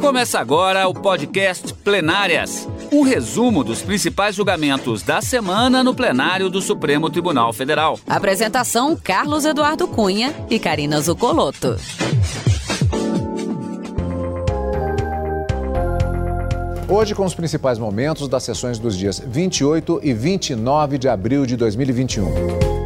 Começa agora o podcast Plenárias, um resumo dos principais julgamentos da semana no plenário do Supremo Tribunal Federal. Apresentação: Carlos Eduardo Cunha e Karina Zucolotto. Hoje com os principais momentos das sessões dos dias 28 e 29 de abril de 2021.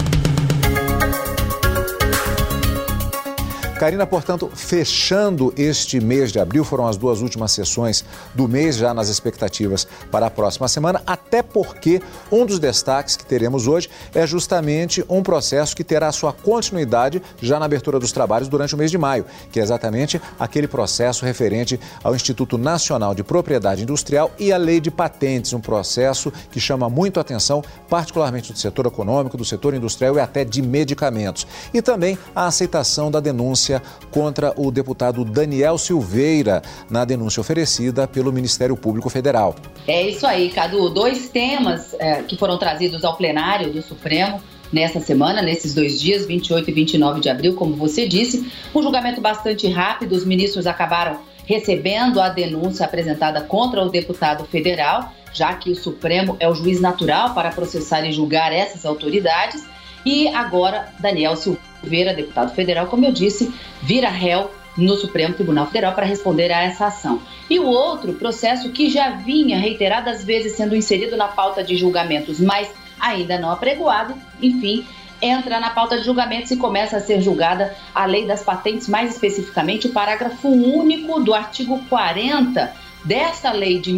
Karina, portanto, fechando este mês de abril, foram as duas últimas sessões do mês, já nas expectativas para a próxima semana, até porque um dos destaques que teremos hoje é justamente um processo que terá sua continuidade já na abertura dos trabalhos durante o mês de maio, que é exatamente aquele processo referente ao Instituto Nacional de Propriedade Industrial e à Lei de Patentes, um processo que chama muito a atenção, particularmente do setor econômico, do setor industrial e até de medicamentos. E também a aceitação da denúncia contra o deputado Daniel Silveira, na denúncia oferecida pelo Ministério Público Federal. É isso aí, Cadu. Dois temas que foram trazidos ao plenário do Supremo nessa semana, nesses 2 dias, 28 e 29 de abril, como você disse. Um julgamento bastante rápido, os ministros acabaram recebendo a denúncia apresentada contra o deputado federal, já que o Supremo é o juiz natural para processar e julgar essas autoridades. E agora, Daniel Silveira, deputado federal, como eu disse, vira réu no Supremo Tribunal Federal para responder a essa ação. E o outro processo que já vinha reiteradas vezes sendo inserido na pauta de julgamentos, mas ainda não apregoado, enfim, entra na pauta de julgamentos e começa a ser julgada a Lei das Patentes, mais especificamente o parágrafo único do artigo 40 dessa lei de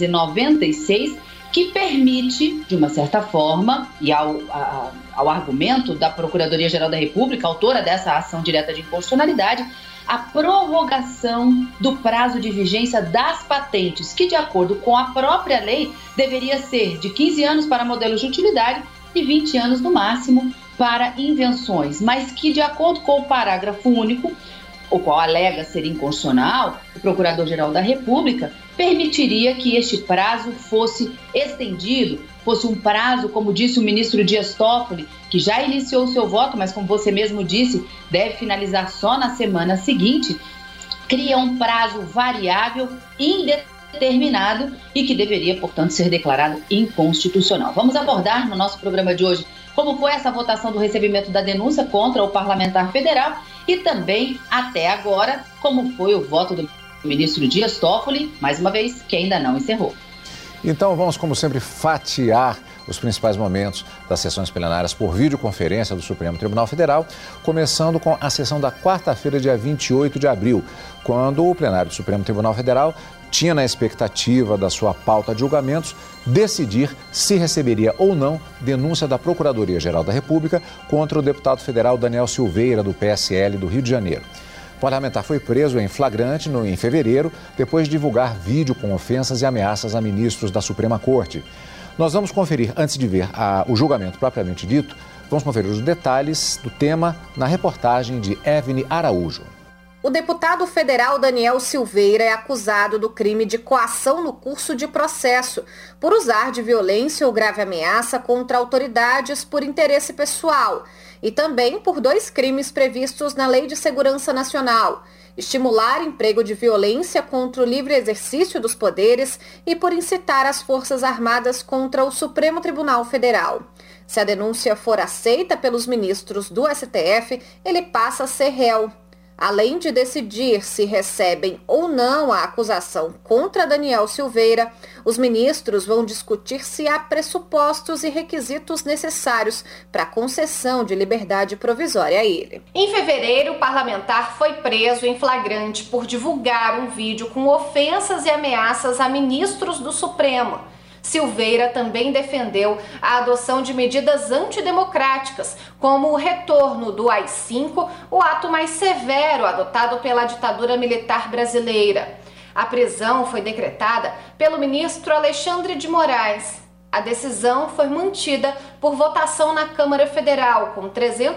1996, que permite, de uma certa forma, e ao argumento da Procuradoria-Geral da República, autora dessa ação direta de inconstitucionalidade, a prorrogação do prazo de vigência das patentes, que, de acordo com a própria lei, deveria ser de 15 anos para modelos de utilidade e 20 anos no máximo para invenções, mas que, de acordo com o parágrafo único, o qual alega ser inconstitucional, o Procurador-Geral da República permitiria que este prazo fosse estendido, fosse um prazo, como disse o ministro Dias Toffoli, que já iniciou o seu voto, mas como você mesmo disse, deve finalizar só na semana seguinte, cria um prazo variável, indeterminado e que deveria, portanto, ser declarado inconstitucional. Vamos abordar no nosso programa de hoje como foi essa votação do recebimento da denúncia contra o parlamentar federal e também, até agora, como foi o voto do ministro Dias Toffoli, mais uma vez, que ainda não encerrou. Então vamos, como sempre, fatiar os principais momentos das sessões plenárias por videoconferência do Supremo Tribunal Federal, começando com a sessão da quarta-feira, dia 28 de abril, quando o plenário do Supremo Tribunal Federal tinha na expectativa da sua pauta de julgamentos decidir se receberia ou não denúncia da Procuradoria-Geral da República contra o deputado federal Daniel Silveira, do PSL do Rio de Janeiro. O parlamentar foi preso em flagrante em fevereiro, depois de divulgar vídeo com ofensas e ameaças a ministros da Suprema Corte. Nós vamos conferir, antes de ver o julgamento propriamente dito, vamos conferir os detalhes do tema na reportagem de Evne Araújo. O deputado federal Daniel Silveira é acusado do crime de coação no curso de processo, por usar de violência ou grave ameaça contra autoridades por interesse pessoal, e também por 2 crimes previstos na Lei de Segurança Nacional: estimular emprego de violência contra o livre exercício dos poderes e por incitar as Forças Armadas contra o Supremo Tribunal Federal. Se a denúncia for aceita pelos ministros do STF, ele passa a ser réu. Além de decidir se recebem ou não a acusação contra Daniel Silveira, os ministros vão discutir se há pressupostos e requisitos necessários para a concessão de liberdade provisória a ele. Em fevereiro, o parlamentar foi preso em flagrante por divulgar um vídeo com ofensas e ameaças a ministros do Supremo. Silveira também defendeu a adoção de medidas antidemocráticas, como o retorno do AI-5, o ato mais severo adotado pela ditadura militar brasileira. A prisão foi decretada pelo ministro Alexandre de Moraes. A decisão foi mantida por votação na Câmara Federal, com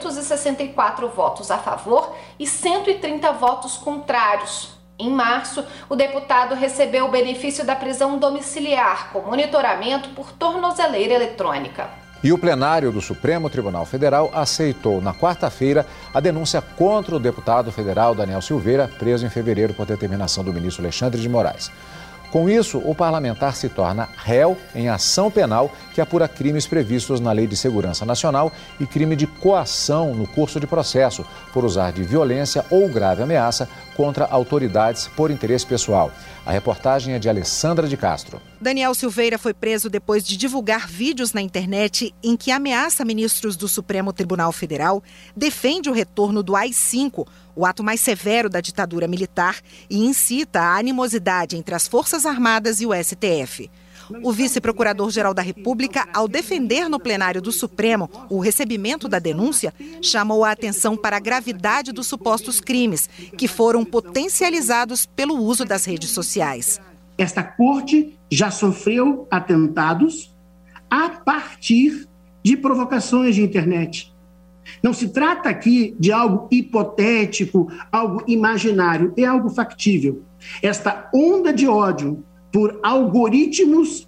364 votos a favor e 130 votos contrários. Em março, o deputado recebeu o benefício da prisão domiciliar com monitoramento por tornozeleira eletrônica. E o plenário do Supremo Tribunal Federal aceitou na quarta-feira a denúncia contra o deputado federal Daniel Silveira, preso em fevereiro por determinação do ministro Alexandre de Moraes. Com isso, o parlamentar se torna réu em ação penal que apura crimes previstos na Lei de Segurança Nacional e crime de coação no curso de processo, por usar de violência ou grave ameaça contra autoridades por interesse pessoal. A reportagem é de Alessandra de Castro. Daniel Silveira foi preso depois de divulgar vídeos na internet em que ameaça ministros do Supremo Tribunal Federal, defende o retorno do AI-5, o ato mais severo da ditadura militar, e incita a animosidade entre as Forças Armadas e o STF. O vice-procurador-geral da República, ao defender no plenário do Supremo o recebimento da denúncia, chamou a atenção para a gravidade dos supostos crimes, que foram potencializados pelo uso das redes sociais. Esta corte já sofreu atentados a partir de provocações de internet. Não se trata aqui de algo hipotético, algo imaginário, é algo factível. Esta onda de ódio por algoritmos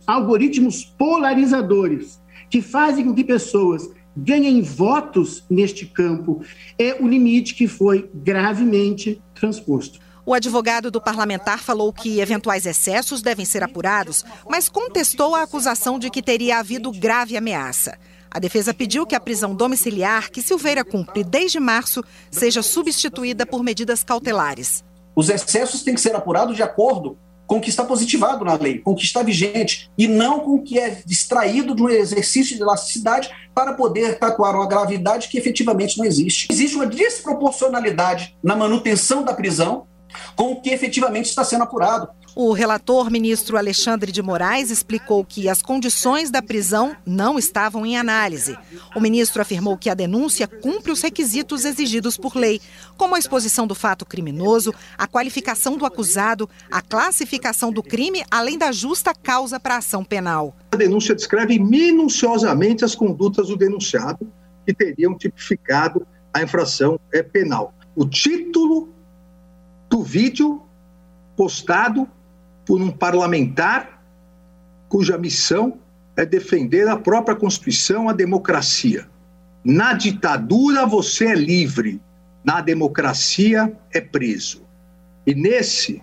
polarizadores que fazem com que pessoas ganhem votos neste campo é o limite que foi gravemente transposto. O advogado do parlamentar falou que eventuais excessos devem ser apurados, mas contestou a acusação de que teria havido grave ameaça. A defesa pediu que a prisão domiciliar, que Silveira cumpre desde março, seja substituída por medidas cautelares. Os excessos têm que ser apurados de acordo com o que está positivado na lei, com o que está vigente, e não com o que é extraído de um exercício de elasticidade para poder tatuar uma gravidade que efetivamente não existe. Existe uma desproporcionalidade na manutenção da prisão com o que efetivamente está sendo apurado. O relator, ministro Alexandre de Moraes, explicou que as condições da prisão não estavam em análise. O ministro afirmou que a denúncia cumpre os requisitos exigidos por lei, como a exposição do fato criminoso, a qualificação do acusado, a classificação do crime, além da justa causa para a ação penal. A denúncia descreve minuciosamente as condutas do denunciado que teriam tipificado a infração penal. O título do vídeo postado por um parlamentar cuja missão é defender a própria Constituição, a democracia. Na ditadura você é livre, na democracia é preso. E nesse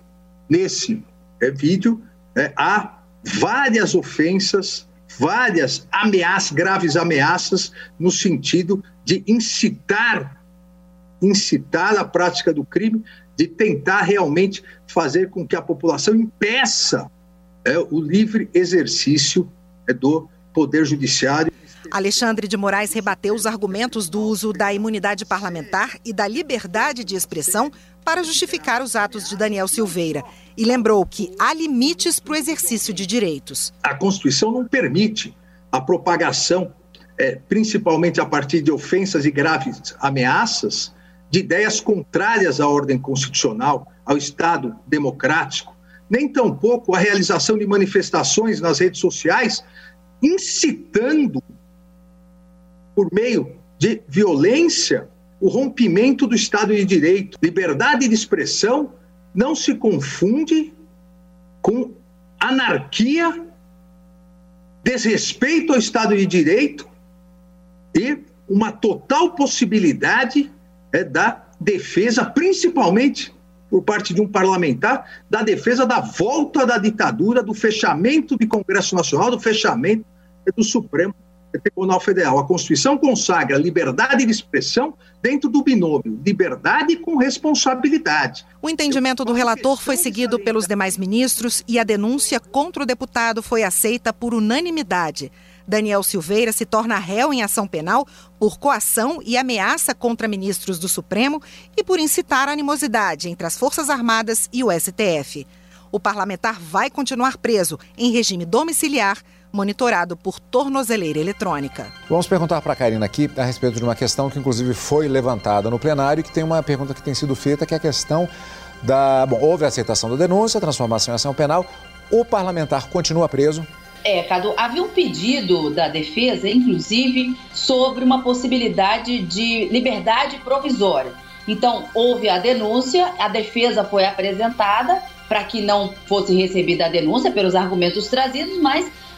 vídeo há várias ofensas, várias ameaças, graves ameaças, no sentido de incitar a prática do crime, de tentar realmente fazer com que a população impeça o livre exercício do Poder Judiciário. Alexandre de Moraes rebateu os argumentos do uso da imunidade parlamentar e da liberdade de expressão para justificar os atos de Daniel Silveira e lembrou que há limites para o exercício de direitos. A Constituição não permite a propagação, principalmente a partir de ofensas e graves ameaças, de ideias contrárias à ordem constitucional, ao Estado democrático, nem tampouco a realização de manifestações nas redes sociais, incitando, por meio de violência, o rompimento do Estado de Direito. Liberdade de expressão não se confunde com anarquia, desrespeito ao Estado de Direito e uma total possibilidade da defesa, principalmente por parte de um parlamentar, da defesa da volta da ditadura, do fechamento do Congresso Nacional, do fechamento do Supremo Tribunal Federal. A Constituição consagra liberdade de expressão dentro do binômio liberdade com responsabilidade. O entendimento do relator foi seguido pelos demais ministros e a denúncia contra o deputado foi aceita por unanimidade. Daniel Silveira se torna réu em ação penal por coação e ameaça contra ministros do Supremo e por incitar a animosidade entre as Forças Armadas e o STF. O parlamentar vai continuar preso em regime domiciliar, monitorado por tornozeleira eletrônica. Vamos perguntar para a Karina aqui a respeito de uma questão que inclusive foi levantada no plenário e que tem uma pergunta que tem sido feita, que é a questão da... Bom, houve a aceitação da denúncia, transformação em ação penal, o parlamentar continua preso? Cadu, havia um pedido da defesa, inclusive, sobre uma possibilidade de liberdade provisória. Então, houve a denúncia, a defesa foi apresentada para que não fosse recebida a denúncia pelos argumentos trazidos, mas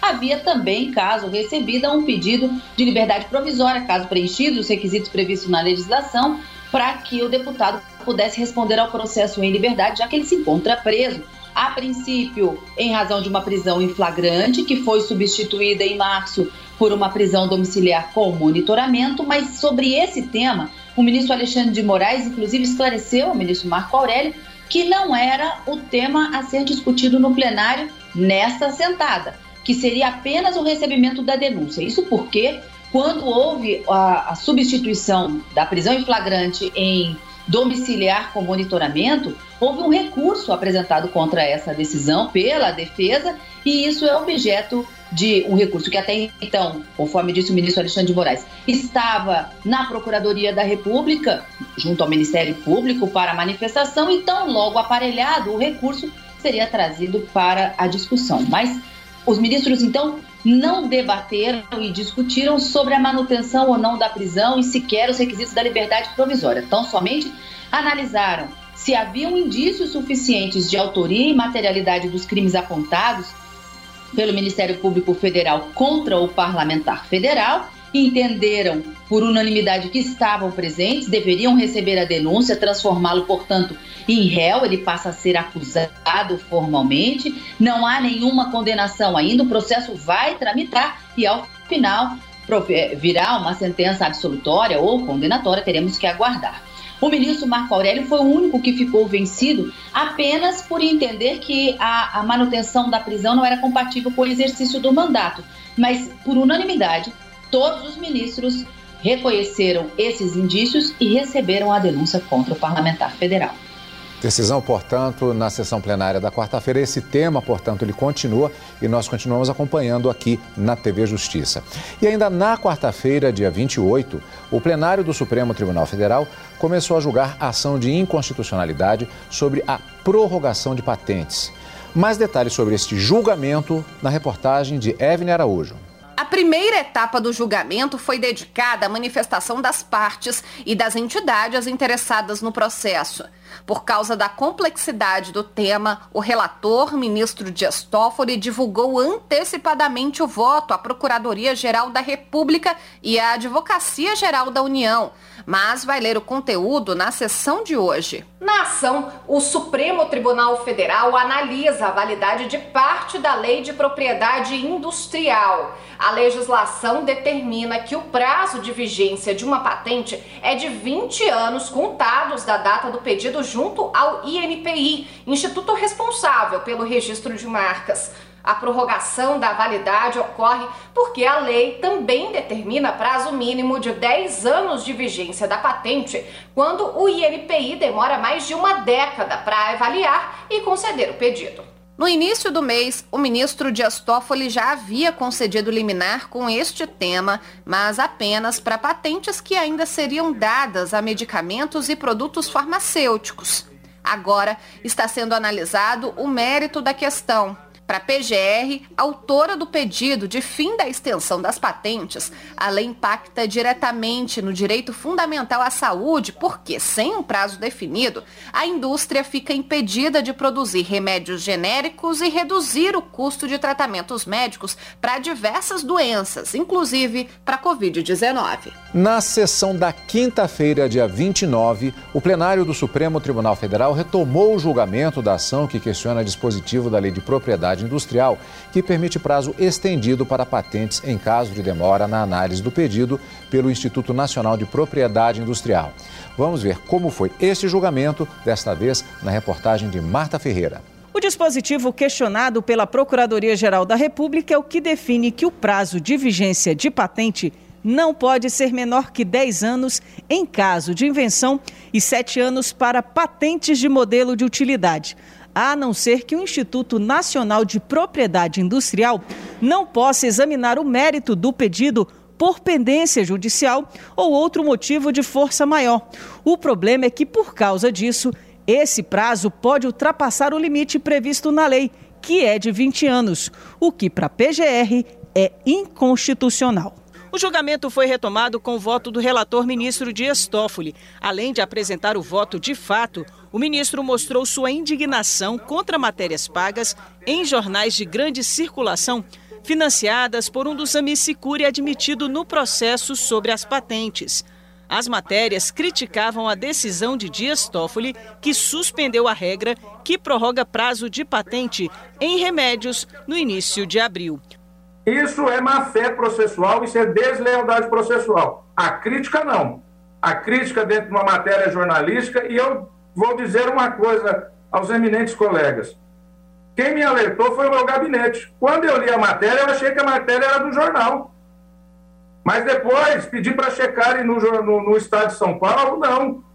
havia também, caso recebida, um pedido de liberdade provisória, caso preenchidos os requisitos previstos na legislação, para que o deputado pudesse responder ao processo em liberdade, já que ele se encontra preso. A princípio, em razão de uma prisão em flagrante, que foi substituída em março por uma prisão domiciliar com monitoramento, mas sobre esse tema, o ministro Alexandre de Moraes, inclusive, esclareceu ao ministro Marco Aurélio que não era o tema a ser discutido no plenário nesta sentada, que seria apenas o recebimento da denúncia. Isso porque, quando houve a substituição da prisão em flagrante em domiciliar com monitoramento, houve um recurso apresentado contra essa decisão pela defesa, e isso é objeto de um recurso que até então, conforme disse o ministro Alexandre de Moraes, estava na Procuradoria da República, junto ao Ministério Público, para manifestação, e tão logo aparelhado, o recurso seria trazido para a discussão. Mas os ministros, então, não debateram e discutiram sobre a manutenção ou não da prisão e sequer os requisitos da liberdade provisória. Tão somente analisaram se haviam indícios suficientes de autoria e materialidade dos crimes apontados pelo Ministério Público Federal contra o parlamentar federal, entenderam por unanimidade que estavam presentes, deveriam receber a denúncia, transformá-lo, portanto, em réu, ele passa a ser acusado formalmente, não há nenhuma condenação ainda, o processo vai tramitar e, ao final, virá uma sentença absolutória ou condenatória, teremos que aguardar. O ministro Marco Aurélio foi o único que ficou vencido apenas por entender que a manutenção da prisão não era compatível com o exercício do mandato, mas, por unanimidade, todos os ministros reconheceram esses indícios e receberam a denúncia contra o parlamentar federal. Decisão, portanto, na sessão plenária da quarta-feira. Esse tema, portanto, ele continua e nós continuamos acompanhando aqui na TV Justiça. E ainda na quarta-feira, dia 28, o plenário do Supremo Tribunal Federal começou a julgar a ação de inconstitucionalidade sobre a prorrogação de patentes. Mais detalhes sobre este julgamento na reportagem de Evne Araújo. A primeira etapa do julgamento foi dedicada à manifestação das partes e das entidades interessadas no processo. Por causa da complexidade do tema, o relator, ministro Dias Toffoli, divulgou antecipadamente o voto à Procuradoria-Geral da República e à Advocacia-Geral da União, mas vai ler o conteúdo na sessão de hoje. Na ação, o Supremo Tribunal Federal analisa a validade de parte da Lei de Propriedade Industrial. A legislação determina que o prazo de vigência de uma patente é de 20 anos contados da data do pedido junto ao INPI, instituto responsável pelo registro de marcas. A prorrogação da validade ocorre porque a lei também determina prazo mínimo de 10 anos de vigência da patente, quando o INPI demora mais de uma década para avaliar e conceder o pedido. No início do mês, o ministro Dias Toffoli já havia concedido liminar com este tema, mas apenas para patentes que ainda seriam dadas a medicamentos e produtos farmacêuticos. Agora está sendo analisado o mérito da questão. Para a PGR, autora do pedido de fim da extensão das patentes, a lei impacta diretamente no direito fundamental à saúde, porque, sem um prazo definido, a indústria fica impedida de produzir remédios genéricos e reduzir o custo de tratamentos médicos para diversas doenças, inclusive para a Covid-19. Na sessão da quinta-feira, dia 29, o plenário do Supremo Tribunal Federal retomou o julgamento da ação que questiona dispositivo da Lei de Propriedade Industrial, que permite prazo estendido para patentes em caso de demora na análise do pedido pelo Instituto Nacional de Propriedade Industrial. Vamos ver como foi este julgamento, desta vez na reportagem de Marta Ferreira. O dispositivo questionado pela Procuradoria-Geral da República é o que define que o prazo de vigência de patente não pode ser menor que 10 anos em caso de invenção e 7 anos para patentes de modelo de utilidade, a não ser que o Instituto Nacional de Propriedade Industrial não possa examinar o mérito do pedido por pendência judicial ou outro motivo de força maior. O problema é que, por causa disso, esse prazo pode ultrapassar o limite previsto na lei, que é de 20 anos, o que para a PGR é inconstitucional. O julgamento foi retomado com o voto do relator ministro Dias Toffoli. Além de apresentar o voto de fato, o ministro mostrou sua indignação contra matérias pagas em jornais de grande circulação financiadas por um dos amicicuri admitido no processo sobre as patentes. As matérias criticavam a decisão de Dias Toffoli, que suspendeu a regra que prorroga prazo de patente em remédios no início de abril. Isso é má-fé processual, isso é deslealdade processual. A crítica não. A crítica dentro de uma matéria jornalística, e eu vou dizer uma coisa aos eminentes colegas. Quem me alertou foi o meu gabinete. Quando eu li a matéria, eu achei que a matéria era do jornal. Mas depois pedi para checarem no estado de São Paulo, não.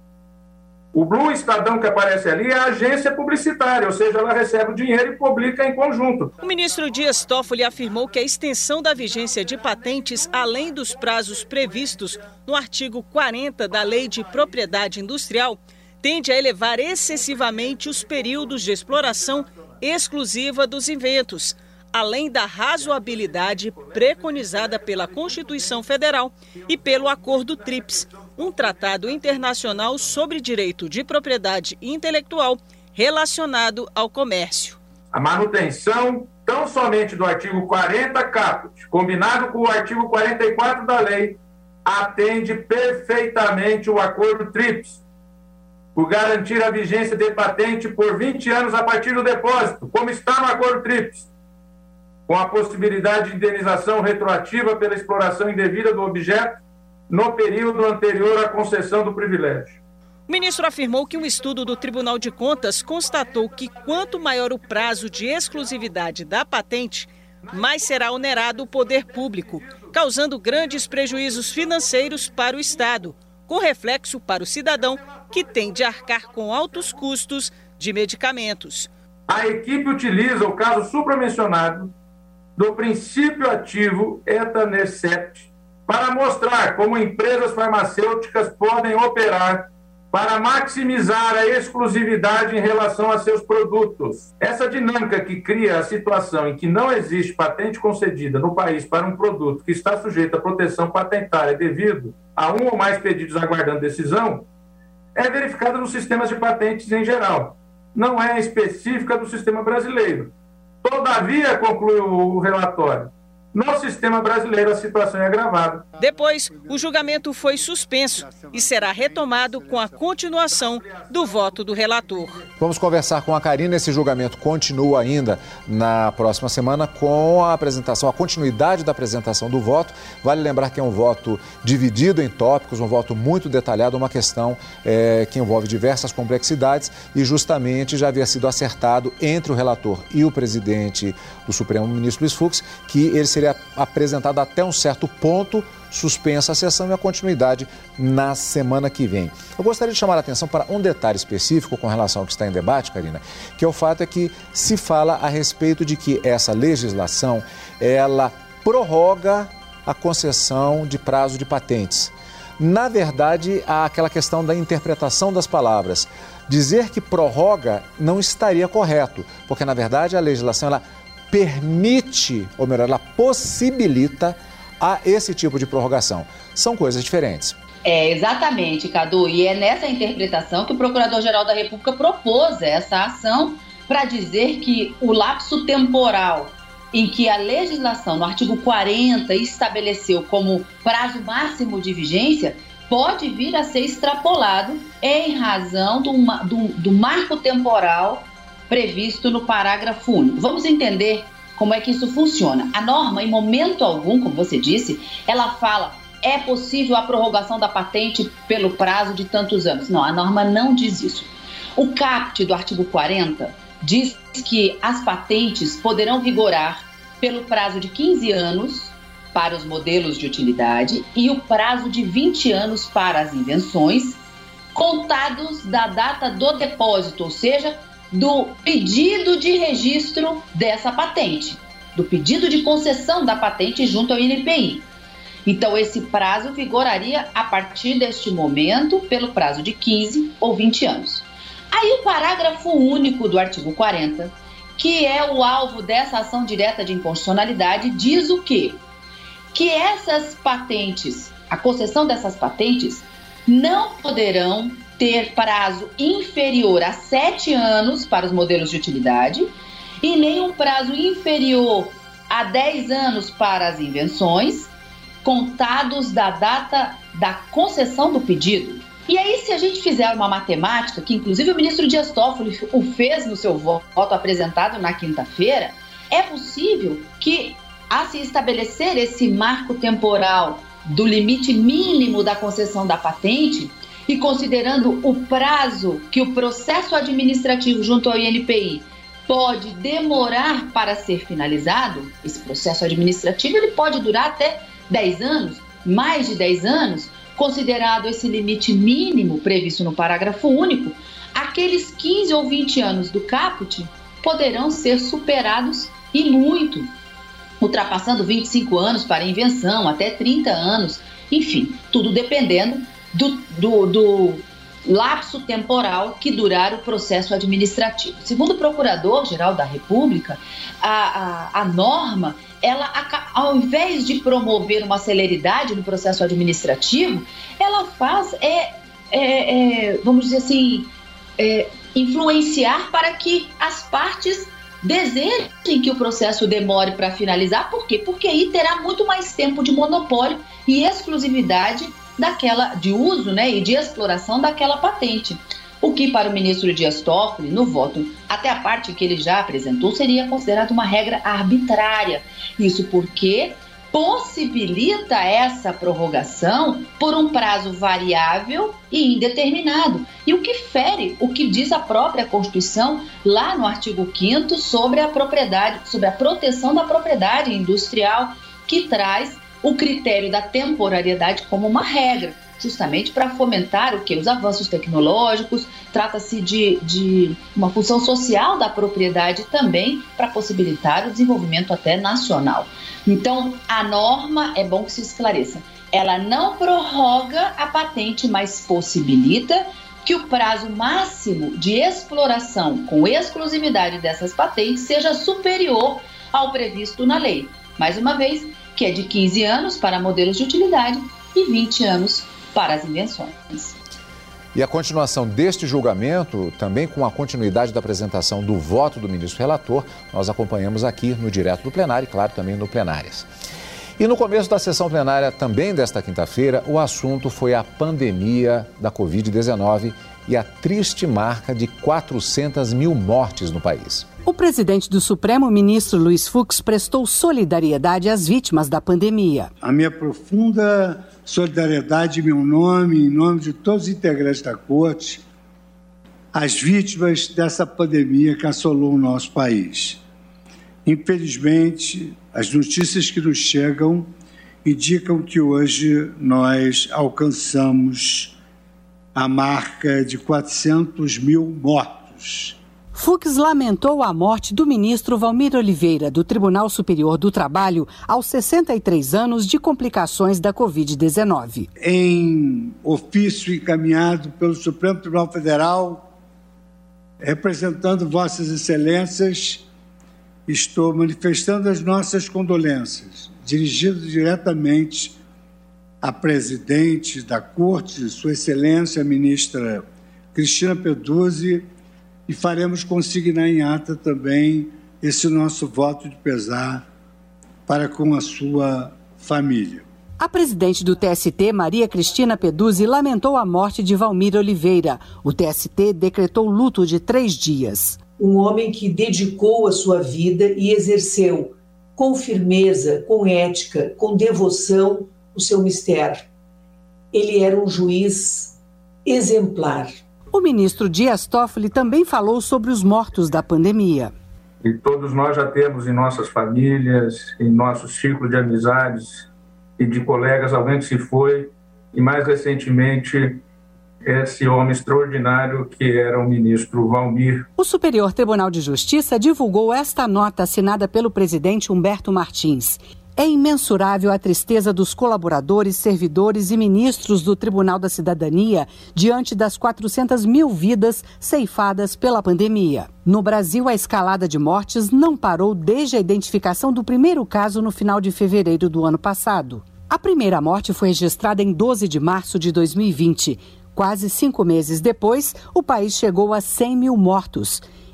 O Blue Estadão que aparece ali é a agência publicitária, ou seja, ela recebe o dinheiro e publica em conjunto. O ministro Dias Toffoli afirmou que a extensão da vigência de patentes, além dos prazos previstos no artigo 40 da Lei de Propriedade Industrial, tende a elevar excessivamente os períodos de exploração exclusiva dos inventos, além da razoabilidade preconizada pela Constituição Federal e pelo Acordo TRIPS, um tratado internacional sobre direito de propriedade intelectual relacionado ao comércio. A manutenção tão somente do artigo 40 caput, combinado com o artigo 44 da lei, atende perfeitamente o Acordo TRIPS, por garantir a vigência de patente por 20 anos a partir do depósito, como está no Acordo TRIPS, com a possibilidade de indenização retroativa pela exploração indevida do objeto no período anterior à concessão do privilégio. O ministro afirmou que um estudo do Tribunal de Contas constatou que quanto maior o prazo de exclusividade da patente, mais será onerado o poder público, causando grandes prejuízos financeiros para o Estado, com reflexo para o cidadão que tem de arcar com altos custos de medicamentos. A equipe utiliza o caso supramencionado do princípio ativo etanercept para mostrar como empresas farmacêuticas podem operar para maximizar a exclusividade em relação a seus produtos. Essa dinâmica que cria a situação em que não existe patente concedida no país para um produto que está sujeito à proteção patentária devido a um ou mais pedidos aguardando decisão, é verificada nos sistemas de patentes em geral. Não é específica do sistema brasileiro. Todavia, conclui o relatório, no sistema brasileiro a situação é agravada. Depois, o julgamento foi suspenso e será retomado com a continuação do voto do relator. Vamos conversar com a Karina. Esse julgamento continua ainda na próxima semana com a apresentação, a continuidade da apresentação do voto. Vale lembrar que é um voto dividido em tópicos, um voto muito detalhado, uma questão que envolve diversas complexidades e justamente já havia sido acertado entre o relator e o presidente do Supremo, ministro Luiz Fux, que ele seria apresentado até um certo ponto, suspensa a sessão e a continuidade na semana que vem. Eu gostaria de chamar a atenção para um detalhe específico com relação ao que está em debate, Karina, que é o fato que se fala a respeito de que essa legislação, ela prorroga a concessão de prazo de patentes. Na verdade, há aquela questão da interpretação das palavras. Dizer que prorroga não estaria correto, porque na verdade a legislação ela permite, ou melhor, ela possibilita a esse tipo de prorrogação. São coisas diferentes. Exatamente, Cadu, e é nessa interpretação que o Procurador-Geral da República propôs essa ação para dizer que o lapso temporal em que a legislação, no artigo 40, estabeleceu como prazo máximo de vigência, pode vir a ser extrapolado em razão do marco temporal previsto no parágrafo único. Vamos entender como é que isso funciona. A norma, em momento algum, como você disse, ela fala, é possível a prorrogação da patente pelo prazo de tantos anos. Não, a norma não diz isso. O caput do artigo 40 diz que as patentes poderão vigorar pelo prazo de 15 anos para os modelos de utilidade e o prazo de 20 anos para as invenções, contados da data do depósito, ou seja, do pedido de registro dessa patente, do pedido de concessão da patente junto ao INPI. Então, esse prazo vigoraria a partir deste momento pelo prazo de 15 ou 20 anos. Aí o parágrafo único do artigo 40, que é o alvo dessa ação direta de inconstitucionalidade, diz o quê? Que essas patentes, a concessão dessas patentes, não poderão ter prazo inferior a 7 anos para os modelos de utilidade e nem um prazo inferior há 10 anos para as invenções, contados da data da concessão do pedido. E aí, se a gente fizer uma matemática, que inclusive o ministro Dias Toffoli o fez no seu voto apresentado na quinta-feira, é possível que, a se estabelecer esse marco temporal do limite mínimo da concessão da patente, e considerando o prazo que o processo administrativo junto ao INPI pode demorar para ser finalizado, esse processo administrativo ele pode durar até 10 anos, mais de 10 anos, considerado esse limite mínimo previsto no parágrafo único, aqueles 15 ou 20 anos do caput poderão ser superados e muito, ultrapassando 25 anos para invenção, até 30 anos, enfim, tudo dependendo do lapso temporal que durar o processo administrativo. Segundo o Procurador-Geral da República, a norma, ela, ao invés de promover uma celeridade no processo administrativo, ela faz, vamos dizer assim, influenciar para que as partes desejem que o processo demore para finalizar. Por quê? Porque aí terá muito mais tempo de monopólio e exclusividade de uso, né, e de exploração daquela patente. O que para o ministro Dias Toffoli, no voto, até a parte que ele já apresentou, seria considerado uma regra arbitrária. Isso porque possibilita essa prorrogação por um prazo variável e indeterminado. E o que fere o que diz a própria Constituição, lá no artigo 5º, sobre a propriedade, sobre a proteção da propriedade industrial, que traz o critério da temporariedade como uma regra, justamente para fomentar o quê? Os avanços tecnológicos. Trata-se de uma função social da propriedade também, para possibilitar o desenvolvimento até nacional. Então, a norma, é bom que se esclareça, ela não prorroga a patente, mas possibilita que o prazo máximo de exploração com exclusividade dessas patentes seja superior ao previsto na lei. Mais uma vez, que é de 15 anos para modelos de utilidade e 20 anos para as invenções. E a continuação deste julgamento, também com a continuidade da apresentação do voto do ministro relator, nós acompanhamos aqui no Direto do Plenário e, claro, também no Plenárias. E no começo da sessão plenária, também desta quinta-feira, o assunto foi a pandemia da Covid-19 e a triste marca de 400 mil mortes no país. O presidente do Supremo, ministro Luiz Fux, prestou solidariedade às vítimas da pandemia. A minha profunda solidariedade em meu nome, em nome de todos os integrantes da Corte, às vítimas dessa pandemia que assolou o nosso país. Infelizmente, as notícias que nos chegam indicam que hoje nós alcançamos a marca de 400 mil mortos. Fux lamentou a morte do ministro Valmir Oliveira, do Tribunal Superior do Trabalho, aos 63 anos de complicações da Covid-19. Em ofício encaminhado pelo Supremo Tribunal Federal, representando Vossas Excelências, estou manifestando as nossas condolências, dirigidas diretamente à presidente da Corte, Sua Excelência, a ministra Cristina Peduzzi, e faremos consignar em ata também esse nosso voto de pesar para com a sua família. A presidente do TST, Maria Cristina Peduzzi, lamentou a morte de Valmir Oliveira. O TST decretou luto de 3 dias. Um homem que dedicou a sua vida e exerceu com firmeza, com ética, com devoção o seu mistério. Ele era um juiz exemplar. O ministro Dias Toffoli também falou sobre os mortos da pandemia. E todos nós já temos em nossas famílias, em nosso círculo de amizades e de colegas, alguém que se foi, e mais recentemente esse homem extraordinário que era o ministro Valmir. O Superior Tribunal de Justiça divulgou esta nota assinada pelo presidente Humberto Martins. É imensurável a tristeza dos colaboradores, servidores e ministros do Tribunal da Cidadania diante das 400 mil vidas ceifadas pela pandemia. No Brasil, a escalada de mortes não parou desde a identificação do primeiro caso no final de fevereiro do ano passado. A primeira morte foi registrada em 12 de março de 2020. Quase 5 meses depois, o país chegou a 100 mil mortos.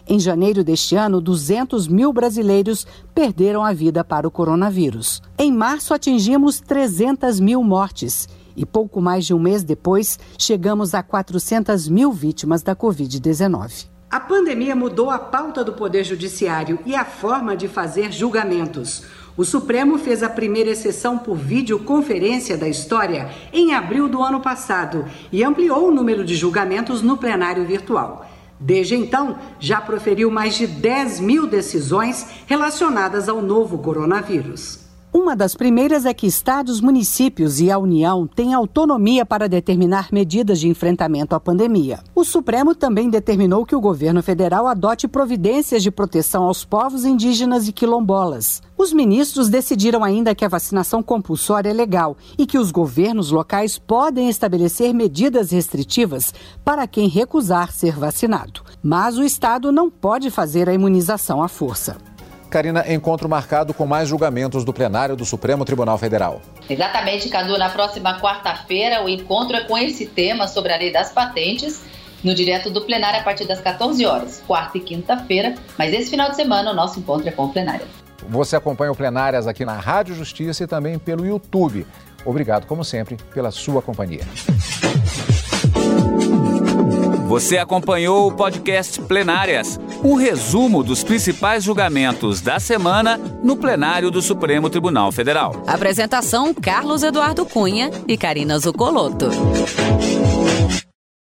Em janeiro deste ano, 200 mil brasileiros perderam a vida para o coronavírus. Em março, atingimos 300 mil mortes. E pouco mais de um mês depois, chegamos a 400 mil vítimas da Covid-19. A pandemia mudou a pauta do Poder Judiciário e a forma de fazer julgamentos. O Supremo fez a primeira exceção por videoconferência da história em abril do ano passado e ampliou o número de julgamentos no plenário virtual. Desde então, já proferiu mais de 10 mil decisões relacionadas ao novo coronavírus. Uma das primeiras é que estados, municípios e a União têm autonomia para determinar medidas de enfrentamento à pandemia. O Supremo também determinou que o governo federal adote providências de proteção aos povos indígenas e quilombolas. Os ministros decidiram ainda que a vacinação compulsória é legal e que os governos locais podem estabelecer medidas restritivas para quem recusar ser vacinado. Mas o estado não pode fazer a imunização à força. Karina, encontro marcado com mais julgamentos do plenário do Supremo Tribunal Federal. Exatamente, Cadu. Na próxima quarta-feira, o encontro é com esse tema sobre a lei das patentes, no direto do plenário a partir das 14 horas, quarta e quinta-feira. Mas esse final de semana, o nosso encontro é com o plenário. Você acompanha o Plenárias aqui na Rádio Justiça e também pelo YouTube. Obrigado, como sempre, pela sua companhia. Você acompanhou o podcast Plenárias, um resumo dos principais julgamentos da semana no plenário do Supremo Tribunal Federal. Apresentação: Carlos Eduardo Cunha e Karina Zucolotto.